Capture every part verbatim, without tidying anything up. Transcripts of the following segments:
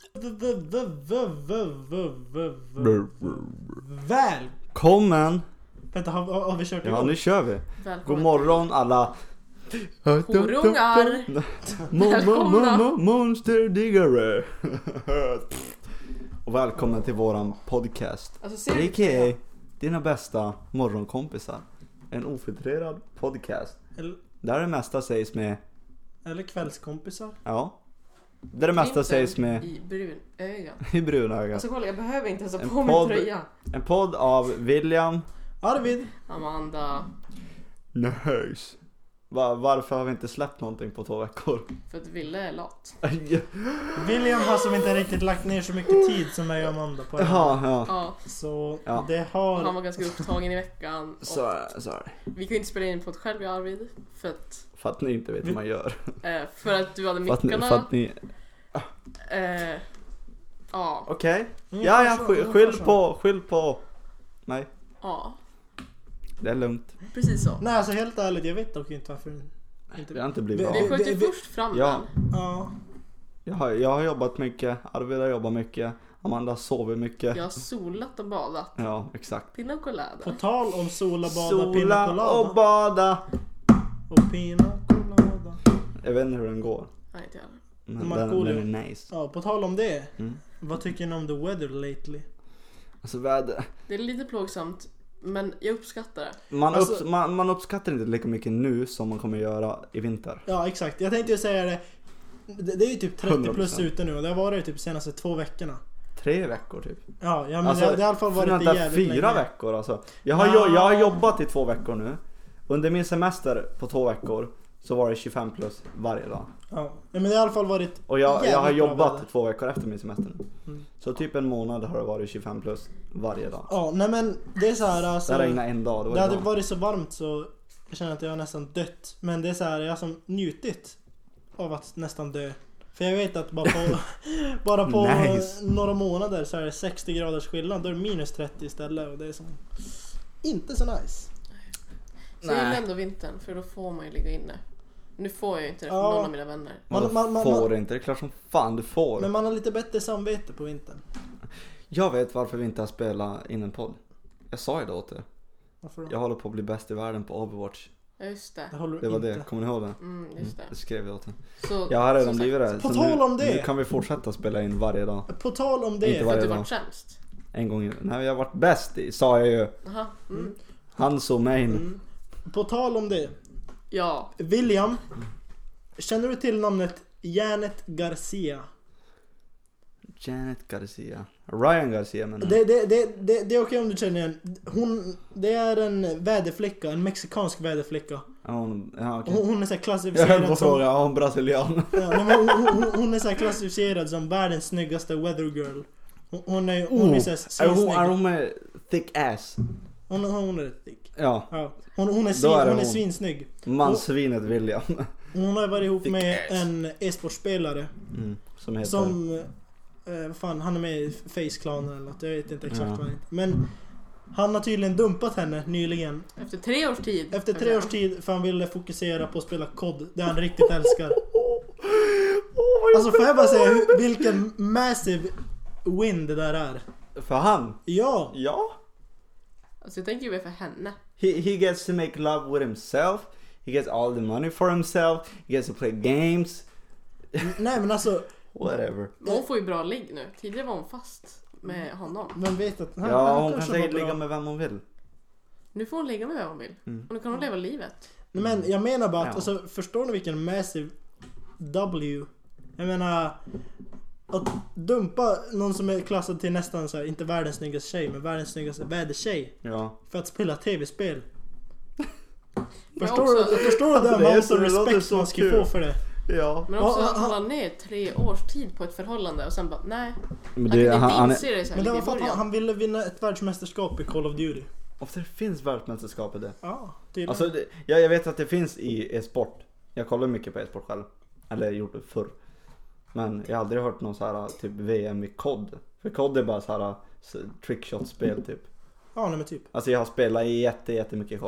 Välkommen. Vänta, har, har vi kört igång? Ja, nu kör vi. Välkommen. God morgon alla horungar. Välkomna monsterdiggare. Och välkommen till våran podcast, alltså, A K A dina bästa morgonkompisar. En ofiltrerad podcast Eller, där det mesta sägs med eller kvällskompisar. Ja. Där det mesta sägs med i brunöga. I brunöga. Alltså kolla, jag behöver inte ens ha En på mig podd- tröja. En podd av William. Arvid. Amanda. Nice. Va- varför har vi inte släppt någonting på två veckor? För att Ville är lat. William har som inte riktigt lagt ner så mycket tid som jag och Amanda på det. Ja, ja. Ja, Så Ja. det har... han var ganska upptagen i veckan. Och Så, så är det. vi kunde inte spela in på ett själv, jag och Arvid. För att, För att ni inte vet hur man gör. eh, för att du hade För att ni, mickarna. för att ni... Eh, ja, Okej. Mm, Ja, ja, så, skyll, så, skyll så. på, skyll på mig. ja, Det är lugnt. precis så. Nej, alltså helt ärligt, jag vet dock inte varför inte... Vi har inte blivit Vi- av. Vi sköt ju vi- först fram Ja. den. Ja. Jag har, jag har jobbat mycket. Arvid har jobbat mycket. Amanda sover mycket. Jag har solat och badat. Ja, exakt. Pina colada. På tal om sola, bada, Sola pina colada. och bada. Och pina colada. Jag vet inte hur den går. Nej, inte jag. Men den, Markoolio. den är nice. Ja, på tal om det. Mm. Vad tycker ni om the weather lately? Alltså väder. Det är lite plågsamt, men jag uppskattar det. Man, Alltså- upps, man, man uppskattar inte lika mycket nu som man kommer göra i vinter. Ja, exakt. Jag tänkte ju säga det. Det, det är ju typ trettio hundra plus procent. ute nu och det har varit typ de senaste två veckorna. Tre veckor typ. Ja, ja men Alltså, det, det har i alla fall varit vänta, jävligt fyra länge. veckor alltså. Jag har, Ah. jo, jag har jobbat i två veckor nu. Under min semester på två veckor så var det tjugofem plus varje dag. Ja, ja men det har i alla fall varit Och jag, jag har jävligt bra jobbat väder. två veckor efter min semester nu. Mm. Så typ en månad har det varit tjugofem plus varje dag. Ja, nej men det är så här alltså, Det regnade en dag. Det var det hade idag. varit så varmt så jag känner att jag har nästan dött. Men det är så här, jag har som njutit av att nästan dö. För jag vet att bara på, bara på Nice. några månader så är det sextio graders skillnad. Då är det minus trettio istället och det är som inte så nice. Så jag gillar Nej. ändå vintern, för då får man ju ligga inne. Nu får jag ju inte det för Ja. någon av mina vänner. Man, Man- man- man- får man- inte, det är klart som fan du får. Men man har lite bättre samvete på vintern. Jag vet varför vi inte har spelat in en podd. Jag sa ju det åt er. Varför då? Jag håller på att bli bäst i världen på Overwatch. Ja, just det. Det håller du Det var inte. det, kommer ni ihåg det? Mm, just Det det. skrev jag åt er. Så, Jag har redan som blivit sagt, det. På så tal nu, om det. Nu kan vi fortsätta spela in varje dag. På tal om Inte det. För att varje du dag. varit sämst. En gång i... Nej, jag har varit bäst i, sa jag ju. Jaha. Mm. Mm. Han så main. Mm. På tal om det. Ja. William, känner du till namnet Janet Garcia? Janet Garcia. Ryan Garcia menar jag. Det, det, det, det, det är okej om du känner igen. Hon, det är en väderflicka, en mexikansk väderflicka. Ja, hon, ja, okej. Hon, hon är så här Jag höll på klassificerad att som... fråga, ja, hon brasilian. Ja, nej, men hon, hon, hon är så här klassificerad som världens snyggaste weather girl. Hon, hon är, hon är så här är, hon, svinsnygg. är hon med thick ass? Hon, hon är rätt thick. Ja, Ja. Hon, hon, är, Då svin, är det hon är hon. svinsnygg. mansvinet William. Hon har varit ihop Thick med ass. en e-sportspelare. Mm, som heter... Som, eh, vad fan, han är med i Face Clan eller något, jag vet inte exakt Ja. vad han heter. Men han har tydligen dumpat henne nyligen. Efter tre års tid. Efter kan tre jag års säga. tid för han ville fokusera på att spela kod, det han riktigt älskar. Åh, vad Alltså får jag bara säga hur, vilken massive win det där är. För han? Ja, Ja. Alltså jag tänker ju mer för henne. He, he gets to make love with himself. He gets all the money for himself. He gets to play games. nej men alltså, Whatever. Men hon får ju bra ligg nu. Tidigare var hon fast med honom. vem vet att han, Ja, han hon kan kanske säkert var ligga bra. med vem hon vill. Nu får hon ligga med vem hon vill. Mm. Och nu kan hon leva livet. Nej, men jag menar bara att, Ja. alltså, förstår ni vilken massive W? Jag menar, att dumpa någon som är klassad till nästan så här, inte världens snyggaste tjej, men världens snyggaste vädertjej Ja. för att spela tv-spel. Men Förstår också- du, förstår du Det den är amount så- of det låter respect så man ska kul. få för det? Ja. Men också Ja, att han- han la ner tre års tid på ett förhållande och sen bara, nej. Men Han det, kunde han, inte han, inse det så här Men det lite var i för att han, början. han ville vinna ett världsmästerskap i Call of Duty. ofta det finns världsmästerskap i det. Ja, tydligen. Alltså, det, jag, jag vet att det finns i e-sport. Jag kollar mycket på e-sport själv. Eller gjort det förr. Men jag har aldrig hört någon så här typ V M i C O D. För C O D är bara så här trickshot-spel typ. Ja, nej men typ. Alltså jag har spelat jätte, jättemycket C O D.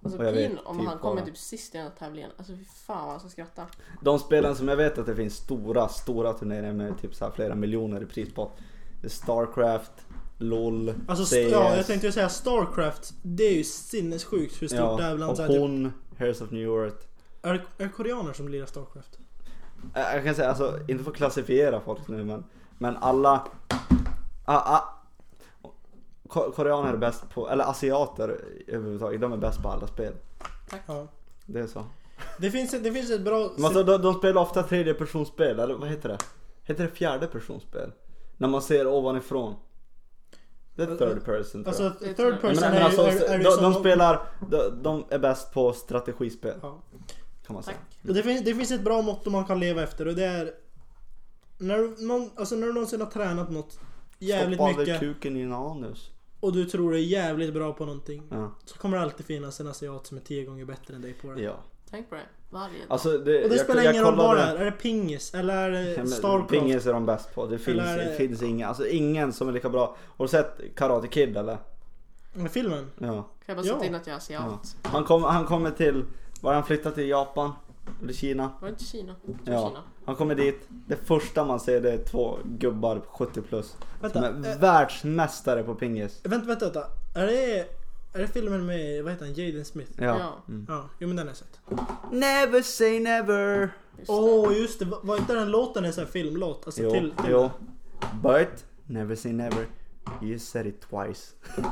Alltså Och jag Pin, vet om typ han kommer bara- typ sist i den här tävlingen. Alltså fy fan vad han ska skratta. De spelen som jag vet att det finns stora, stora turneringar med typ så här flera miljoner i prispott. Det är Starcraft, LOL, Alltså, C S. ja, jag tänkte ju säga Starcraft. Det är ju sinnessjukt hur stort ja, det är bland och så här, typ, hon, Heroes of New Earth. är, det, är det koreaner som lirar Starcraft? Jag kan säga, alltså, inte för att klassifiera folk nu, men, men alla ah, ah, ko- koreaner är bäst på, eller asiater överhuvudtaget, de är bäst på alla spel. Ja. Det är så. Det finns, det finns ett bra... Men alltså, de, de spelar ofta tredje personspel, eller vad heter det? Heter det fjärde personspel? När man ser ovanifrån. Det är third person, tror Alltså jag. third person Men, men är, alltså, ju- är, är, de, ju de som... spelar, de, de är bäst på strategispel, Ja. kan man säga. Tack. Och det, finns, det finns ett bra motto man kan leva efter och det är när du, någon, alltså när du någonsin har tränat något jävligt Stoppa mycket aldrig kuken i en anus. och du tror du är jävligt bra på någonting, Ja. så kommer det alltid finnas en asiat som är tio gånger bättre än dig på det. Ja. Tänk på det. Varje dag. Alltså, det, Och det jag, spelar jag ingen roll vad det kollade- är. Är det pingis eller är det Ja, men Starcraft? Pingis är de bäst på. Det finns, Eller är det- det finns inga, alltså ingen som är lika bra. Har du sett Karate Kid eller? Mm, filmen? Ja. Kan jag bara Ja. sätta in att jag är ja. asiat? Han, kom, han kommer till, var han flyttat till Japan? Eller Kina? Var det inte Kina? Jag tror Ja. Kina. Han kommer dit. Det första man ser, det är två gubbar på sjuttio plus. Vänta, Som är eh, världsmästare på pingis. vänta, vänta, vänta. Är det, är det filmen med, vad heter han, Jaden Smith? Ja. Ja. Mm. Ja, jo men den har jag sett. Never say never. Just det. Åh oh, just det, var var inte den låten en sån här filmlåt? Alltså Jo, till, till jo. But, never say never. You said it twice.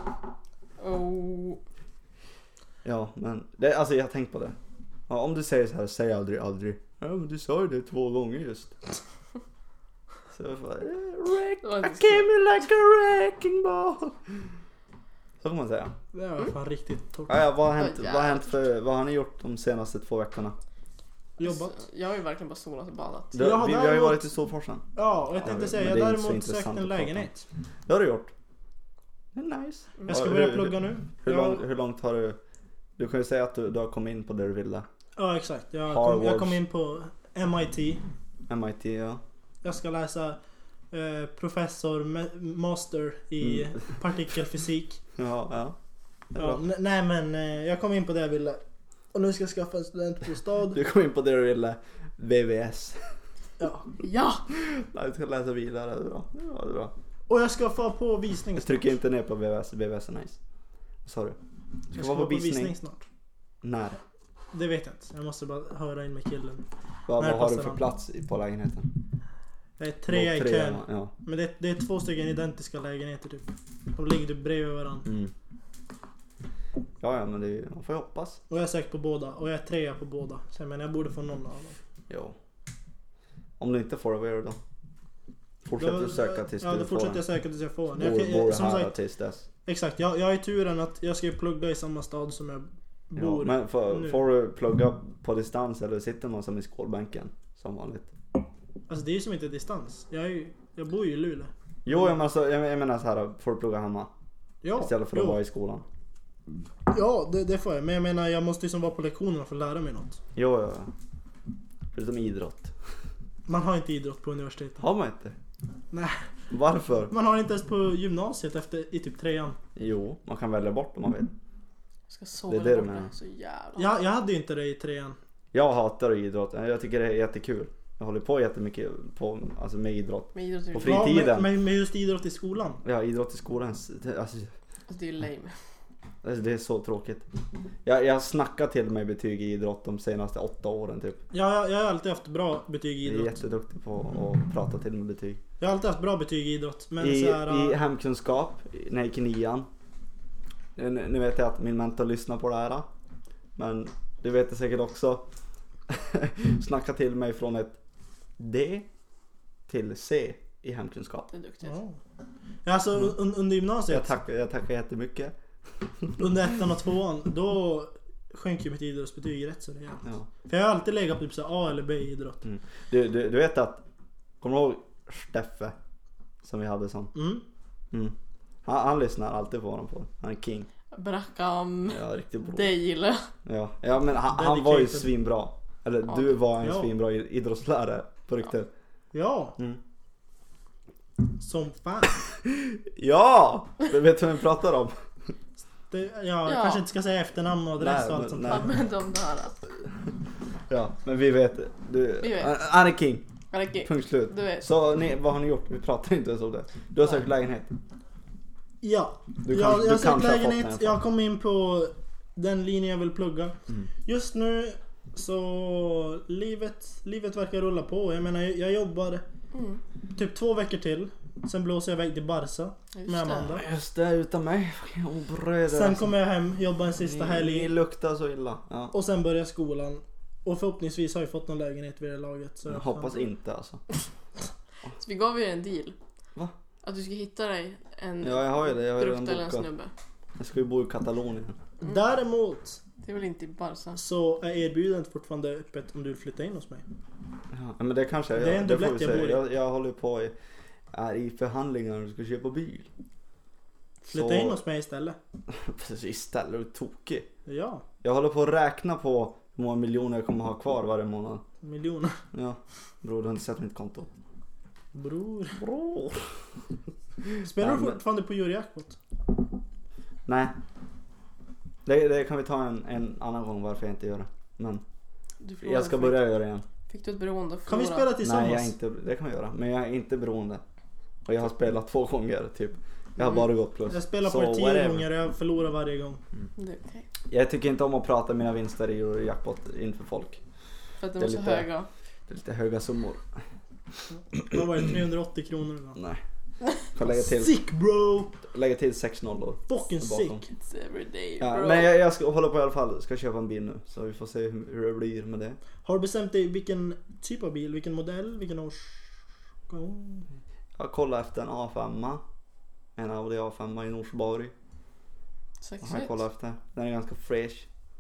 Oh. Ja, men det, alltså jag har tänkt på det. Ja, om du säger så här, säg aldrig aldrig. Ja, men du sa ju det två gånger just. Så jag bara, wreck, Det var I inte came in like a wrecking ball. Så kan man säga. Det var fan riktigt torrt. Ja, ja, vad har hänt, Oj, vad har hänt för, vad har ni gjort de senaste två veckorna? Jobbat. Jag har ju verkligen bara solat och badat. Du, Jag har vi, vi har ju däremot- varit i Storforsen. Ja, och jag Ja, tänkte men säga, jag det är har inte så däremot sökt intressant en att prata om. lägenhet. Det har du gjort. Det är nice. Jag ska Ja, börja hur- plugga nu. Hur, Jag- långt, hur långt har du, du kan ju säga att du, du har kommit in på det du ville. Ja exakt, jag Harvard. kom, jag kom in på M I T. M I T, ja. Jag ska läsa eh, professor, ma- master i Mm. partikelfysik. Ja, ja. Det är Ja, bra. n- nej men eh, jag kom in på det jag ville. Och nu ska jag skaffa en studentbostad. Du kom in på det du ville. V V S. Ja. Ja! Nej, du ska läsa vidare, det är bra. Ja, det är bra. Och jag ska få på visning. Jag trycker inte ner på V V S, V V S är nice. Vad sa du? Du Jag ska vara på visning. snart. När? Det vet jag inte. Jag måste bara höra in med killen. Vad, När vad har du passar för han? plats i- på lägenheten? Jag är trea i Tre, kön. Ja. Men det, det är två stycken identiska lägenheter typ. De ligger typ bredvid varandra. Mm. Ja, ja, men det är, man får ju hoppas. Och jag är säker på båda. Och jag är trea på båda. Så jag menar jag borde få någon av dem. Jo. Om du inte får det, vad gör du då? Fortsätter du söka tills Ja, du då får fortsätter den? jag söka tills jag får den. Bor, Jag, bor jag, du som här sagt, tills dess? exakt. Jag, jag har ju turen att jag ska ju plugga i samma stad som jag Ja, bor. men får, nu. får du plugga på distans eller sitter man som i skolbänken? Som vanligt. Alltså det är ju som inte distans. Jag, är ju, jag bor ju i Luleå. Jo, jag, alltså, jag, jag menar så här, får du plugga hemma? Ja, Istället för jo. att vara i skolan. Ja, det, det får jag. Men jag menar jag måste ju som vara på lektionerna för att lära mig något. Jo, ja. Förutom idrott. Man har inte idrott på universitetet. Har man inte? Nej. Varför? Man har inte ens på gymnasiet efter i typ trean. Jo, man kan välja bort om man vill. Jag ska sova Det är det du borta. menar. Så jävla... Jag, jag hade ju inte det i trean. Jag hatar idrott. Jag tycker det är jättekul. Jag håller på jättemycket på, alltså med idrott. Men idrott är ju... På fritiden. Ja, men, men, men just idrott i skolan. Ja, idrott i skolan. Alltså, Alltså det är ju lame. alltså, det är så tråkigt. Jag, jag snackar till mig betyg i idrott de senaste åtta åren typ. Ja, jag, jag har alltid haft bra betyg i Jag är idrott. jätteduktig på att prata till mig betyg. Jag har alltid haft bra betyg i idrott. Men I, så här, I äh, hemkunskap, när jag gick i nian. Nu, nu vet jag att min mentor lyssnar på det här. Men du vet det säkert också. Snacka till mig från ett D till C i hemkunskap. Det är duktigt. ja. Ja, alltså un, under Jag gymnasiet, tackar, jag tackar jättemycket. under ettan och tvåan, då sjönk ju mitt idrottsbetyg rätt så rejält. Ja. För jag har alltid legat på typ så här A eller B i idrott. Mm. Du, du, du vet att, kommer du ihåg Steffe? Som vi hade som. Mm. Mm. Han, han lyssnar alltid på honom på. Han är king. Brackam. Ja, riktigt bra. Det gillar jag. Ja, ja men han, han var ju Dedicated. svinbra. Eller Ja. du var en Ja. svinbra i- idrottslärare på riktigt. Ja, Mm. som fan. Ja! Du vet vem vi pratar om? Det, ja, jag Ja. kanske inte ska säga efternamn och adress Nej, och allt men- sånt nej. där. Använd dem där. Ja, men vi vet. Du, Vi vet. Han är king. Okej, Punkt slut. du vet. Så ni, vad har ni gjort? Vi pratar inte ens om det. Du har sökt lägenhet. Ja, Du jag, kanske- jag har du sökt kanske har fått lägenhet, den. jag kom in på den linjen jag vill plugga. Mm. Just nu så livet, livet verkar rulla på. Jag menar jag, jag jobbar Mm. typ två veckor till. Sen blåser jag iväg till Barca Just med det. Amanda. Just det, utan mig. Oh, bröder, Sen alltså. kommer jag hem, jobbar en sista Ni, ni helg luktar så illa. Ja. och sen börjar skolan. Och förhoppningsvis har jag fått någon lägenhet vid det laget. Så Jag hoppas inte alltså. Så vi gav ju en deal. Va? Att du ska hitta dig en Ja, jag har ju det. Jag har ju brukt redan eller en bokat. snubbe. Jag ska ju bo i Katalonien. Mm. Däremot Det är väl inte i Barca. så är erbjudandet fortfarande öppet om du vill flytta in hos mig. Ja, men det kanske Det är en det får vi dubblett jag se. bor i. Jag, jag håller på i, är i förhandlingar och ska köpa bil. Flytta in hos mig istället. Precis, istället är du tokig. Ja, Jag håller på att räkna på hur många miljoner jag kommer ha kvar varje månad. miljoner. Ja, bror, du har inte sett mitt konto. Bror. Bror. Spelar Ja, du men- fortfarande på Eurojackpot? Nej. Det, det kan vi ta en, en annan gång varför jag inte gör det. Men Du förlorade jag ska för- börja göra det igen. Fick du ett beroende att Kan vi förlora? spela tillsammans? Nej, jag är inte, det kan vi göra. Men jag är inte beroende. Och jag har spelat två gånger typ. Jag har Mm. bara gått plus. Jag spelar på Så det tio whatever. gånger och jag förlorar varje gång. Det är okej. Jag tycker inte om att prata mina vinster i Eurojackpot inför folk. För att de Det är är så lite- höga. Det är lite höga summor. Vad var det? trehundraåttio kronor idag. Nej. Får lägga till, Sick bro! lägga till sex nollor. Fucking bakom. sick. It's every day, Ja, bro. men jag, jag ska hålla på i alla fall. Ska köpa en bil nu. Så vi får se hur, hur det blir med det. Har du bestämt dig vilken typ av bil? Vilken modell? Vilken års... Oh. Jag kollar efter en A fem. En Audi A fem i Norsborg. Har jag Sexigt. kollat efter. Den är ganska fresh.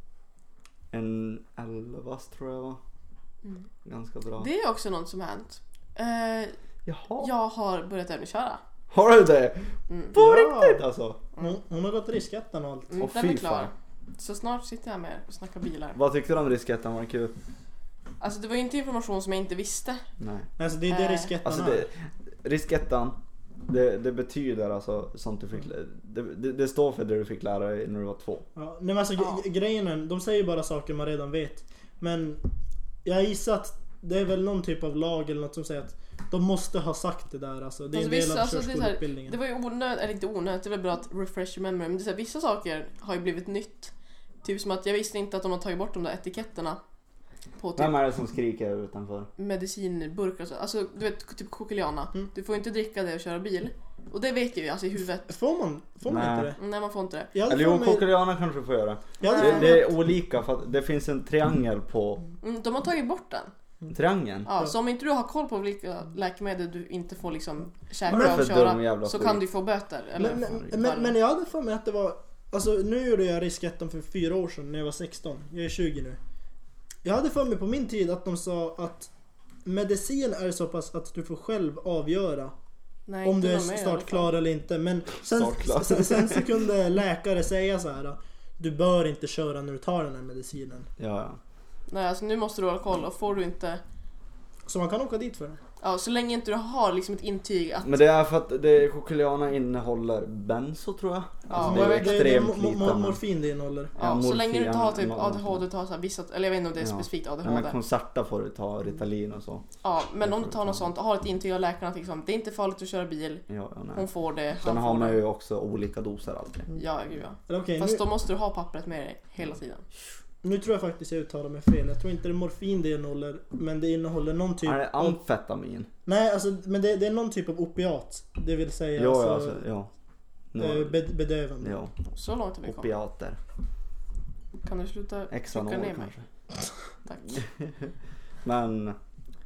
En elva tror jag var. Mm. Ganska bra. Det är också något som har hänt. Eh, Jaha. jag har börjat övningsköra. Har du det? Mm. På Ja. riktigt alltså? Hon, hon har gått riskettan och allt. Mm, Åh, den fy är klar. fan. Så snart sitter jag med och snackar bilar. Vad tyckte du om riskettan? Var det kul? Alltså det var ju inte information som jag inte visste. Nej. Alltså det är det Eh. riskettan Alltså är. det, riskettan, det, det betyder alltså sånt du fick, det, det, det står för det du fick lära dig när du var två. Ja, nej, men alltså, Ja. ge- grejen är, de säger bara saker man redan vet. Men jag gissar att det är väl någon typ av lag eller något som säger att de måste ha sagt det där. Alltså, det är Alltså, en del vissa- av alltså, det är så här- körskoleutbildningen. Det var ju onödigt, eller inte onödigt, det var bra att refresh your memory. Men det är så här, vissa saker har ju blivit nytt. Typ som att jag visste inte att de har tagit bort de där etiketterna på typ Vem är det som skriker utanför? medicinburkar och så. Alltså du vet typ Coqueliana. Mm. Du får ju inte dricka det och köra bil. Och det vet jag ju alltså i huvudet. Får man, får man Nej. inte det? Nej man får inte det. Jag hade Eller jo, för mig- Coqueliana kanske du får göra. jag hade Det, för mig det att- är olika för att det finns en triangel på Mm, de har tagit bort den. triangeln. Ja, Ja. så om inte du har koll på vilka läkemedel du inte får liksom Vad är det käka för och dum köra jävla så skit? kan du få böter. Eller Men, men, men, men jag hade för mig att det var... Alltså nu gjorde jag riskettan för fyra år sedan när jag var sexton. Jag är tjugo nu. Jag hade för mig på min tid att de sa att medicin är så pass att du får själv avgöra Nej, om inte du är någon med i alla fall. startklar eller inte. Men sen, Startklar. sen, sen så kunde läkare säga så här: du bör inte köra när du tar den här medicinen. Ja, ja. Nej, alltså nu måste du ha koll och får du inte... Så man kan åka dit för det. Ja, så länge inte du har liksom ett intyg att... Men det är för att det, Coqueliana innehåller benzo tror jag. Ja, Alltså, och det jag är vet- det, det är extremt mo- mo- lite. morfin det innehåller. Ja, Ja, så länge du inte har morfin, typ ja, A D H D, du tar så här vissa... Eller jag vet inte om det är Ja. specifikt A D Ja, H men D. Concerta får du ta, Ritalin och så. Ja, men det om får du du tar något ta. sånt och har ett intyg av läkaren att liksom, det är inte farligt att köra bil. Ja, ja, nej. Hon får det, Sen han har får man det. ju också olika doser alltid. Ja, gud ja. Eller okej, Fast nu, då måste du ha pappret med dig hela tiden. nu tror jag faktiskt jag uttalar mig fel. Jag tror inte det är morfin det innehåller, men det innehåller någon typ Är det av... amfetamin? Nej, alltså, men det, det är någon typ av opiat. Det vill säga Ja, alltså, ja, alltså, ja. eh, Nu, bed, bedövande. ja. Så långt har vi kommit. Opiater. Kan du sluta Xanol trycka ner mig? kanske. Tack. Men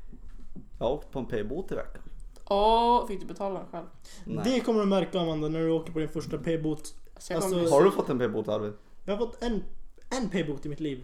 jag har åkt på en p-bot i veckan. Åh, fick du betala den själv? Nej. Det kommer du märka, Amanda, när du åker på din första p-bot. Så jag kommer Alltså- bli Har så- du fått en p-bot, Arvid? Jag har fått en, en p-bot i mitt liv.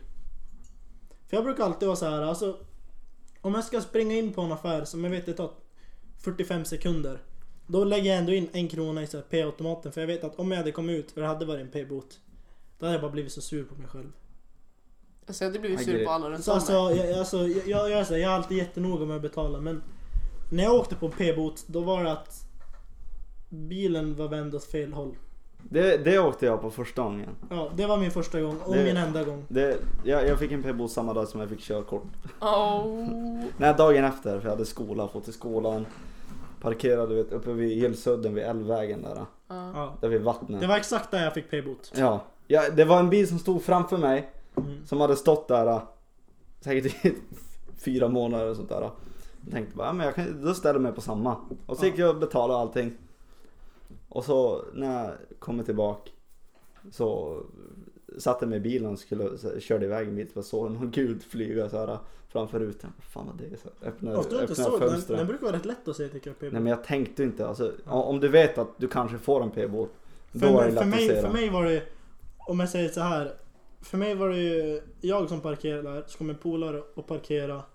För jag brukar alltid vara så här, alltså, om jag ska springa in på en affär som jag vet det tar fyrtiofem sekunder, då lägger jag ändå in en krona i så här p-automaten, för jag vet att om jag hade kommit ut för det hade varit en p-bot, då hade jag bara blivit så sur på mig själv. Alltså jag hade blivit I sur get på it. alla runt Så om alltså, mig. jag, alltså jag, jag, jag, är så här, jag är alltid jättenoga med att betala, men när jag åkte på p-bot, då var det att bilen var vänd åt fel håll. Det, det åkte jag på första gången. Ja, det var min första gång och Det- min enda gång. Det, jag, jag fick en p-bot samma dag som jag fick körkort. Oh. Nej, dagen efter, för jag hade skola, fått till skolan. Parkerade vet, uppe vid Gillsudden vid Älvvägen där. Ja. Ja. Där vid vattnet. Det var exakt där jag fick paybot. Ja. ja, det var en bil som stod framför mig. Mm. Som hade stått där äh, säkert i fyra månader och sånt där. Jag tänkte bara, ja, men jag kan, då ställer jag mig på samma. Och så gick jag och betalade allting. Och så när jag kommer tillbaka så satte jag mig i bilen och skulle, så, körde iväg en bit och såg någon gud flyga så här framför rutan. Fan vad det är så. Öppnar, Ja, du inte öppnar så, den, fönstret. den brukar vara rätt lätt att se tycker jag. Paybot. Nej men jag tänkte inte, alltså, om du vet att du kanske får en p-bot. Då För, är det mig, lätt för, att mig, se för det. mig var det, om jag säger så här. För mig var det ju jag som parkerade där, så kom en polare och parkera.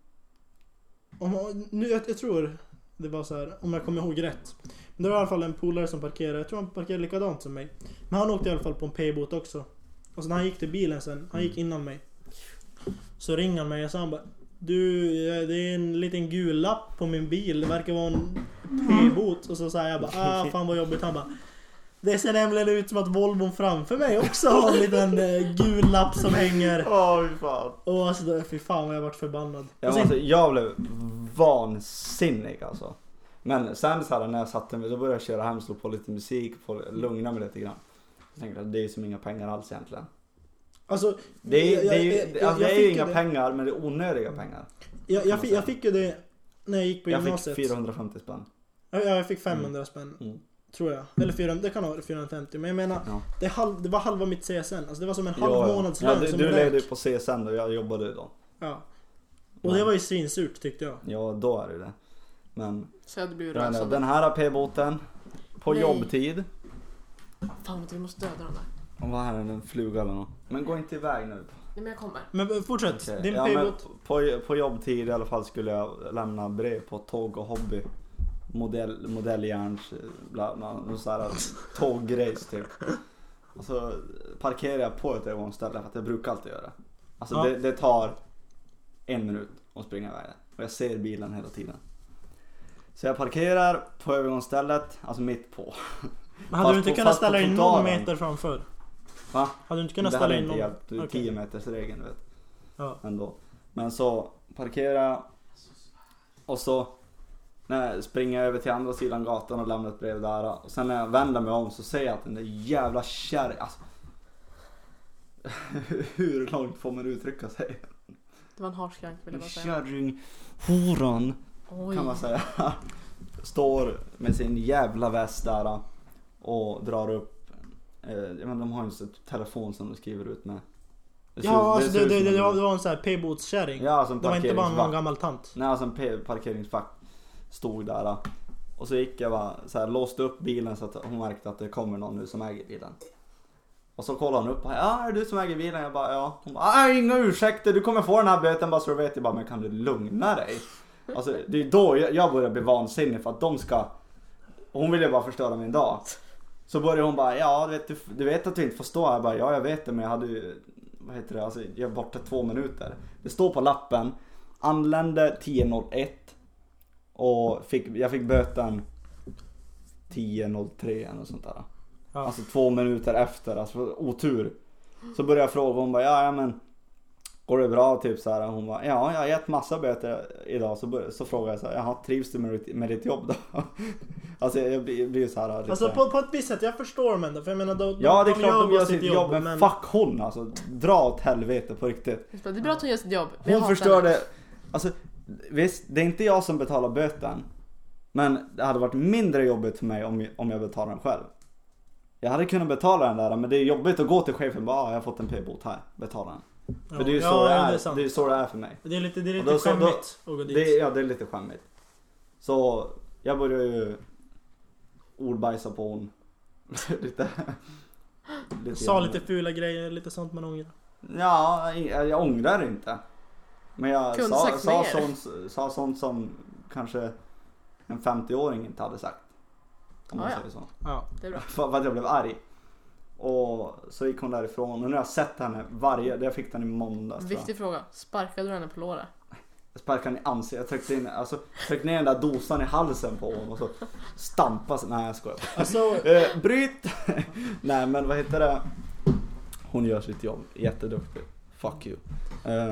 Om, nu, jag, jag tror det var så här, om jag kommer ihåg rätt. Men det var i alla fall en polare som parkerade, jag tror han parkerade likadant som mig. Men han åkte i alla fall på en paybot också. Och så när han gick till bilen sen, han gick innan mig. Så ringde han mig och sa han bara, du, det är en liten gul lapp på min bil, det verkar vara en paybot. Och så sa jag bara, ah fan vad jobbigt. Han bara, det ser nämligen ut som att Volvon framför mig också har en liten eh, gul lapp som hänger. Åh fy fan. Och alltså, då, fy fan vad jag varit förbannad. Jag, Och sen, alltså, jag blev vansinnig alltså. Men sen så här, när jag satte mig, då började jag köra hem, slå på lite musik, på, lugna mig lite grann. Jag tänkte att det är som inga pengar alls egentligen. alltså, Det är, jag- det är, ju- jag- jag- alltså, jag det är ju fick inga det. pengar, men det är onödiga pengar. Jag, jag, fick, jag fick ju det när jag gick på Jag fick gymnasiet. fyrahundrafemtio spänn. Ja, jag fick femhundra spänn. Mm. Tror jag. Eller fyrahundra, det kan ha varit fyrahundrafemtio. Men jag menar, Ja. det, är halv, det var halva mitt C S N. Alltså det var som en halv Ja, ja. månadslön Ja, du, som du rök. levde ju på C S N och jag jobbade då. Ja. Och det var ju svinsurt tyckte jag. Ja, då är det det. Men, Så jag hade blivit men rösad. den här p-boten på Nej. jobbtid. Fan vad vi måste döda den där. Och vad här är det, en fluga eller något? Men gå inte iväg nu. Nej men jag kommer. Men eh, fortsätt. Okej. Din Ja, men paybot. på, på jobbtid i alla fall skulle jag lämna brev på Tåg och Hobby. Modell, modelljärns, bla bla, någon sån här tåggrejs typ. Och så parkerar jag på ett övergångsställe för att jag brukar alltid göra. Alltså Ja. det, det tar en minut att springa iväg. Och jag ser bilen hela tiden. Så jag parkerar på övergångsstället, alltså mitt på. Men hade fast du inte på- kunnat fast på ställa in någon trottoaren. meter framför? Va? Hade du inte kunnat Det ställa hade in inte någon? hjälpt, Okej. tio meters regeln vet. Ja. Ändå. Men så parkerar jag. Och så när jag springer över till andra sidan gatan och lämnar ett brev där. Och sen när jag vänder mig om så ser jag att den där jävla kärring, alltså, hur långt får man uttrycka sig? Det var en harskank vill jag bara säga. Kärring, horan Oj. kan man säga. Står med sin jävla väst där och drar upp, eh, jag menar, de har ju en sån telefon som de skriver ut med. Det ser ut- Ja, alltså ser det, ut det, som det, en- var- det var en sån här paybots-kärring. Ja, som Det var inte bara någon parkeringsvakt. gammal tant. Nej, alltså en p- parkeringsvakt stod där. Och så gick jag bara så här, låste upp bilen så att hon märkte att det kommer någon nu som äger bilen. Och så kollade hon upp och ja, är det du som äger bilen? Jag bara, ja. Hon bara, "Aj, inga ursäkter, du kommer få den här böten bara så du vet." Jag bara, men kan du lugna dig? Alltså det är då jag, jag börjar bli vansinnig för att de ska, hon vill ju bara förstöra min dag. Så börjar hon bara, ja du vet, du, du vet att du inte får stå här. Jag bara, ja jag vet det, men jag hade ju, vad heter det, alltså jag är borta två minuter. Det står på lappen, anlände tio noll ett och fick, jag fick böten tio noll tre eller något sånt där. Ja. Alltså två minuter efter, alltså otur. Så började jag fråga, hon bara, ja, ja men går det bra typ så här. Hon bara, ja jag har gett massa böter idag. Så, bör, så frågade jag så här, jaha, trivs du med, ditt- med ditt jobb då? Alltså jag blir, blir så här lite. Alltså på, på ett visst sätt, jag förstår dem ändå. För jag menar, de, Ja det är de klart de bara gör sitt jobb, men, fuck hon alltså. Dra åt helvete på riktigt. Det är bra att hon gör sitt jobb. men jag Hon hatar förstörde, henne. alltså visst, det är inte jag som betalar böten. Men det hade varit mindre jobbigt för mig om, jag- om jag betalar den själv. Jag hade kunnat betala den där, men det är jobbigt att gå till chefen och bara, ah, jag har fått en p-bot här, betala den. Ja. För det är ju så, Ja, det, ja, är, det är det, sant. är ju så det är för mig. Det är lite, det är Och lite då så- då- skämmigt att gå dit. Det, ja, det är lite skämmigt. Så jag började ju ordbajsa på hon. lite, lite Sa grann. lite fula grejer, lite sånt man ångrar. Ja, jag, jag ångrar inte. Men jag Kunde sa, sagt sa, mer. sånt, sa sånt som kanske en femtio-åring inte hade sagt. Om man Ja, ja. säger så. Ja. Det är bra. För att jag blev arg. Och så gick hon därifrån. Och nu har jag sett henne varje, jag fick den i måndags. tror jag. Viktig fråga. Sparkade du henne på låret? sparkade han i ansiktet. Jag tryckte, in, alltså, tryckte ner den där dosan i halsen på honom och så stampas. Nej, jag skojar. Alltså, eh, bryt! Nej, men vad heter det? Hon gör sitt jobb. Jätteduktig. Fuck you. Eh,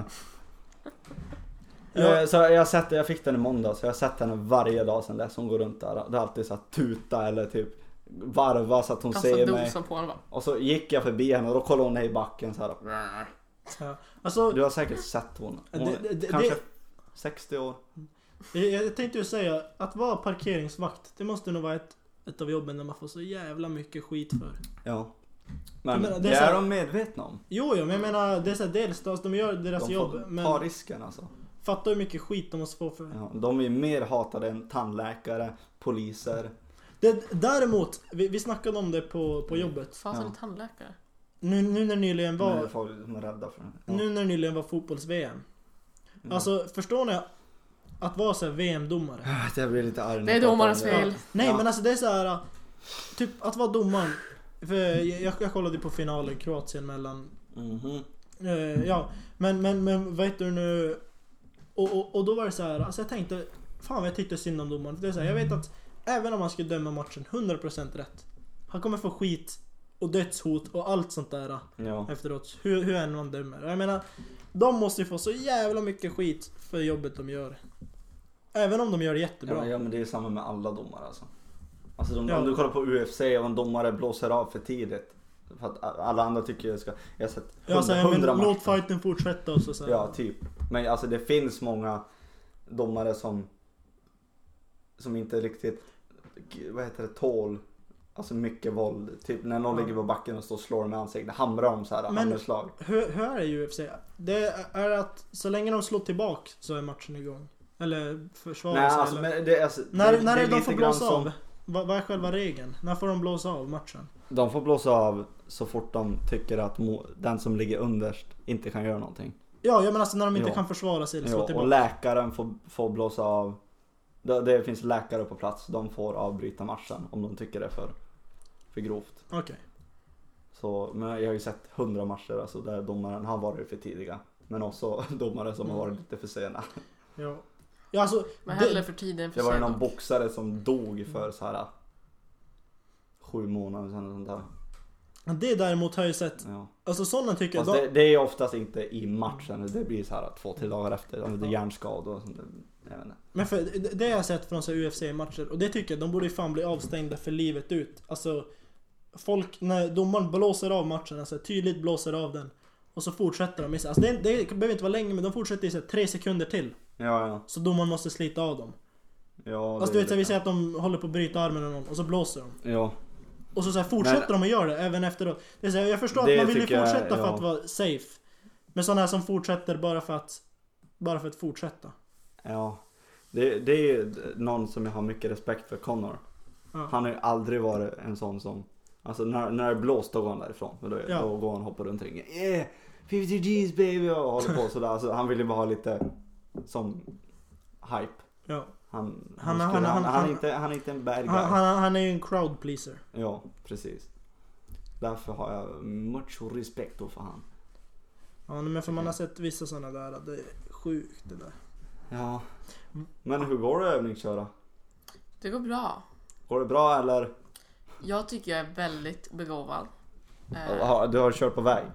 Ja. eh, så jag, har sett, jag fick den i måndag, så jag har sett henne varje dag sedan dess. Hon går runt där. Det är alltid så att tuta eller typ varva så att hon Kasta ser mig. dosan på henne, va? Och så gick jag förbi henne och då kollade hon ner i backen så här. ja. Alltså, Du har säkert sett hon. Hon är Det- det- kanske det- sextio år. jag, jag tänkte ju säga att vara parkeringsvakt, det måste nog vara ett, ett av jobben där man får så jävla mycket skit för. Ja. Men Jag menar, det, det är är så- de medvetna om. Jo, jo, men jag menar, det är så här, dels alltså, de gör deras De jobb, får men ta risken alltså. fatta hur mycket skit de måste få för. Ja, de är mer hatade än tandläkare, poliser. Det, däremot, vi, vi snackade om det på, på jobbet. Fasen Ja. är tandläkare. Nu, nu när nyligen Men det är var, folk som är rädda för det. Ja. nu när nyligen var fotbolls-V M. Ja. Alltså, förstår ni att vara så här V M-domare? Jag blir lite arg. Det när är jag pratar om domarens det. fel. Nej, Ja. men alltså det är så här, typ att vara domaren. För jag, jag kollade på finalen Kroatien mellan Mhm. Eh, ja, men, men, men vet du nu. Och, och, och då var det så här, alltså jag tänkte, fan vad jag tyckte synd om domaren. För det är så här, jag vet att även om man skulle döma matchen hundra procent rätt, han kommer få skit och dödshot och allt sånt där Ja. efteråt. Hur, hur än man dömer. Jag menar, de måste ju få så jävla mycket skit för jobbet de gör. Även om de gör det jättebra. Ja, ja, men det är samma med alla domare alltså. Alltså de, Ja. om du kollar på U F C och en domare blåser av för tidigt. För att alla andra tycker jag ska... Jag har sett Ja, så, hundra, ja, men hundra låt matcher. fighten fortsätta och så, så här. Ja, typ. Men alltså det finns många domare som som inte riktigt, vad heter det, tål alltså mycket våld. Typ när någon Ja. ligger på backen och står och slår med ansiktet, hamrar de så här Men- hammerslag. Hur, hur är det i U F C? Det är att så länge de slår tillbaka så är matchen igång. Eller försvarar Nej, sig. alltså, eller... men det, alltså, När, det, när det är det de lite får grann blåsa som- av? Vad, vad är själva regeln? När får de blåsa av matchen? De får blåsa av så fort de tycker att mo- den som ligger underst inte kan göra någonting. Ja, jag menar alltså när de inte Ja. kan försvara sig eller slå Ja, och tillbaka. läkaren får, får blåsa av. Det, det finns läkare på plats. De får avbryta matchen om de tycker det är för, för grovt. Okej. Så, men jag har ju sett hundra matcher alltså, där domaren har varit för tidiga. Men också domare som har varit lite för sena. Ja. Ja, alltså, Men det- hellre för tiden för Det var ju sent. någon boxare som dog för så här sju månader sedan. Och sånt där. det däremot har jag ju sett. Ja. Alltså sådana tycker jag. Fast De, det, det är ju oftast inte i matchen. Det blir så här två, tre dagar efter. Om det är hjärnskador och sånt där. Jag vet inte. men för, det- det har jag sett från så här U F C-matcher. Och det tycker jag, de borde ju fan bli avstängda för livet ut. Alltså, folk, när domaren blåser av matchen, alltså tydligt blåser av den. Och så fortsätter de. Alltså, det, det behöver inte vara länge, men de fortsätter i så här, tre sekunder till. Ja, ja. Så domaren måste slita av dem. Ja, Alltså det du är vet, så här, vi lite- säger att de håller på att bryta armen eller någon, och så blåser de. Ja. Och så, så här, fortsätter Men- de att göra det även efteråt. Det är så här, jag förstår Det att man vill ju tycker jag, fortsätta för ja. att vara safe. Men sådana här som fortsätter bara för att bara för att fortsätta. Ja. Det, det är ju någon som jag har mycket respekt för, Connor. Ja. Han har ju aldrig varit en sån som... Alltså när, när det är blåst då går han därifrån. För då, Ja. då går han och hoppar runt ringen. Yeah! femtio G's baby! Och håller på sådär. Alltså, han vill ju bara ha lite som hype. Ja. Han, Han- han, han- skulle, han, han- han, han- är inte, han är inte en bad guy. Han, han, han är ju en crowd pleaser. Ja, precis. Därför har jag mucho respekt för han. Ja, men för man har sett vissa sådana där, det är sjukt det där. Ja. Men hur går det övningsköra? Det går bra. Går det bra eller? Jag tycker jag är väldigt begåvad. Eh, Har- Du har kört på väg?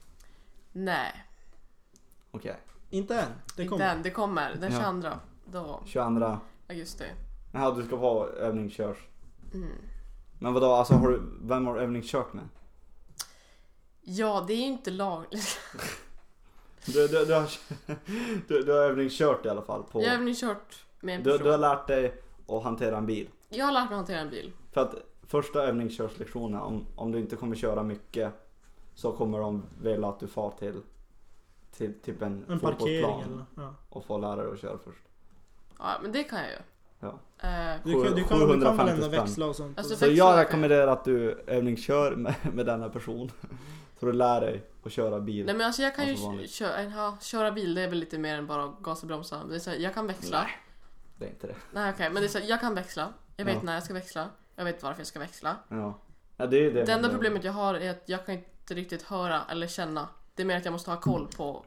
nej, Okej. Inte än, det inte kommer. än. Det kommer. Den Ja. tjugoandra Då, tjugoandra augusti. Jaha, du ska få övningskörs. Mm. Men vadå, alltså har du, vem har du övningskört med? Ja, det är ju inte lagligt. Du, du, du, har, du, du har övningskört i alla fall på... Jag har även kört med en du, person. du har lärt dig att hantera en bil. Jag har lärt mig att hantera en bil. För att första övningskörslektionen, om, om du inte kommer köra mycket, så kommer de vilja att du far till, till typ en, En parkering fotbollsplan eller ja. och få lära dig att köra först. Ja, men det kan jag ju. Ja. Eh, Du kan, du kan, du kan väl sjuhundrafemtio lämna spänn. växla och sånt. Alltså, Så växlar jag kan rekommenderar att du övningskör med, med denna person. Så du lär dig att köra bil. Nej men alltså jag kan Alltså ju vanligt. köra, ja, köra bil, det är väl lite mer än bara gas och bromsa. Det är så här, jag kan växla. Nej. Det är inte det. Nej okej, men det är så här, jag kan växla. Jag vet Ja. när jag ska växla. Jag vet varför jag ska växla. Ja. Ja, det är det. Det enda problemet jag har är att jag kan inte riktigt höra eller känna. Det är mer att jag måste ha koll på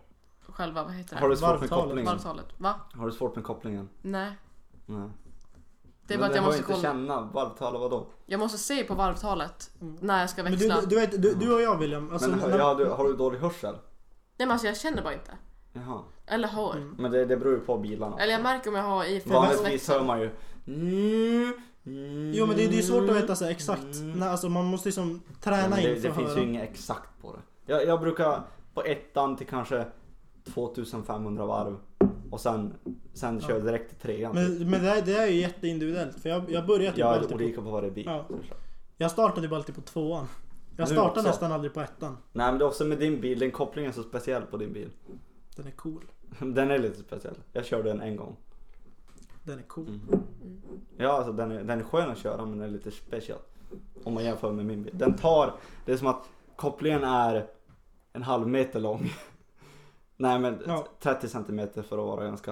själva, vad heter det? Har du svårt med Varvtalet. kopplingen? Varvtalet. Va? Har du svårt med kopplingen? Nej. Nej. Det är Men bara att jag har måste inte kolla. känna varvtalet, vadå? Jag måste se på varvtalet Mm. när jag ska Men växla. du, du, vet, du, du och jag William, alltså, Men har, när, ja, du, har du dålig hörsel? Nej men alltså jag känner bara inte. Jaha. Eller hör. Mm. Men det, det beror ju på bilarna. Eller jag märker om jag har i Vanligtvis hör man ju mm, mm, Jo men det, det är svårt att veta så här exakt, mm. när, alltså, man måste liksom träna Ja, men det, in för det att finns höra. ju inget exakt på det. Jag, jag brukar på ettan till kanske tvåtusenfemhundra varv. Och sen, sen Ja. kör jag direkt till trean. Men, men det, är, det är ju jätteindividuellt, för jag, jag började typ jag är alltid på, olika på varje bil. Ja. Jag startade typ alltid på tvåan. Jag Nu startade också. nästan aldrig på ettan. Nej men det är också med din bil, den kopplingen är så speciell på din bil. Den är cool. Den är lite speciell. Jag körde den en gång. Den är cool. Mm. Ja alltså den är, den är skön att köra men den är lite speciell. Om man jämför med min bil. Den tar, det är som att kopplingen är en halv meter lång. Nej men Ja. trettio centimeter för att vara ganska,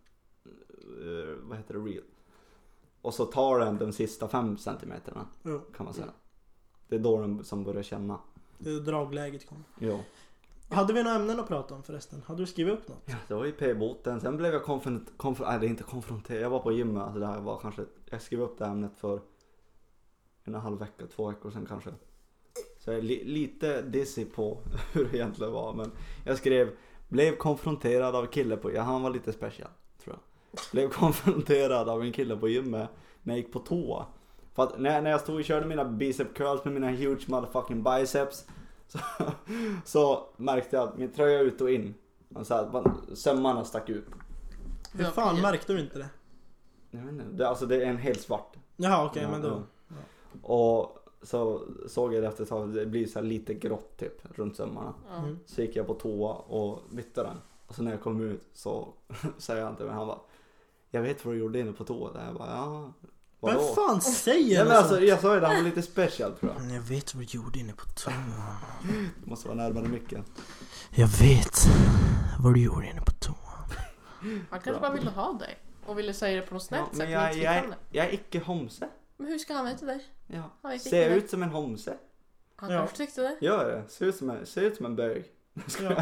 uh, vad heter det, real. Och så tar den de sista fem centimeterna Jo, kan man säga. Det är då den som börjar känna. det är dragläget kom. Jo. Hade vi några ämnen att prata om förresten? Hade du skrivit upp något? Ja, det var ju P-boten. Sen blev jag konfront... konfront nej, det är inte konfronterad. Jag var på gymmet. Alltså det här var kanske... Jag skrev upp det här ämnet för en och en halv vecka, två veckor sedan kanske. Så jag är li- lite dizzy på hur det egentligen var. Men jag skrev... Blev konfronterad av kille på... Ja, han var lite special, tror jag. Blev konfronterad av en kille på gymmet när jag gick på toa. För att när, när jag stod och körde mina bicep curls med mina huge motherfucking biceps... Så, så märkte jag att min tröja ut och in. Så här, sömmarna stack ut. Hur fan märkte du inte det? Jag vet inte, det, alltså det är en helt svart. Jaha okej, Ja, men då. ja. Och så såg jag det efter ett tag, det blir så här lite grått typ runt sömmarna. Ja. Mm. Så gick jag på toa och bytte den. Och så när jag kom ut så säger han till mig, han bara, jag vet vad du gjorde inne på toa. Jag bara, ja, vadå? Vem fan säger Ja, men något alltså, sånt? jag sa ju det, han var lite special tror jag. Jag vet vad du gjorde inne på toan. Det måste vara närmare micken. Jag vet vad du gjorde inne på toan. Han kanske bara ville ha dig och ville säga det på något snällt Ja, sätt. men men jag, inte jag, fick är, han det. jag är icke homse. Men hur ska han veta det? Ja. Han vet Ser inte ut det. som en homse. Han Ja. kanske tyckte det. Gör det. Ser ut som en, ser ut som en bög. Ja.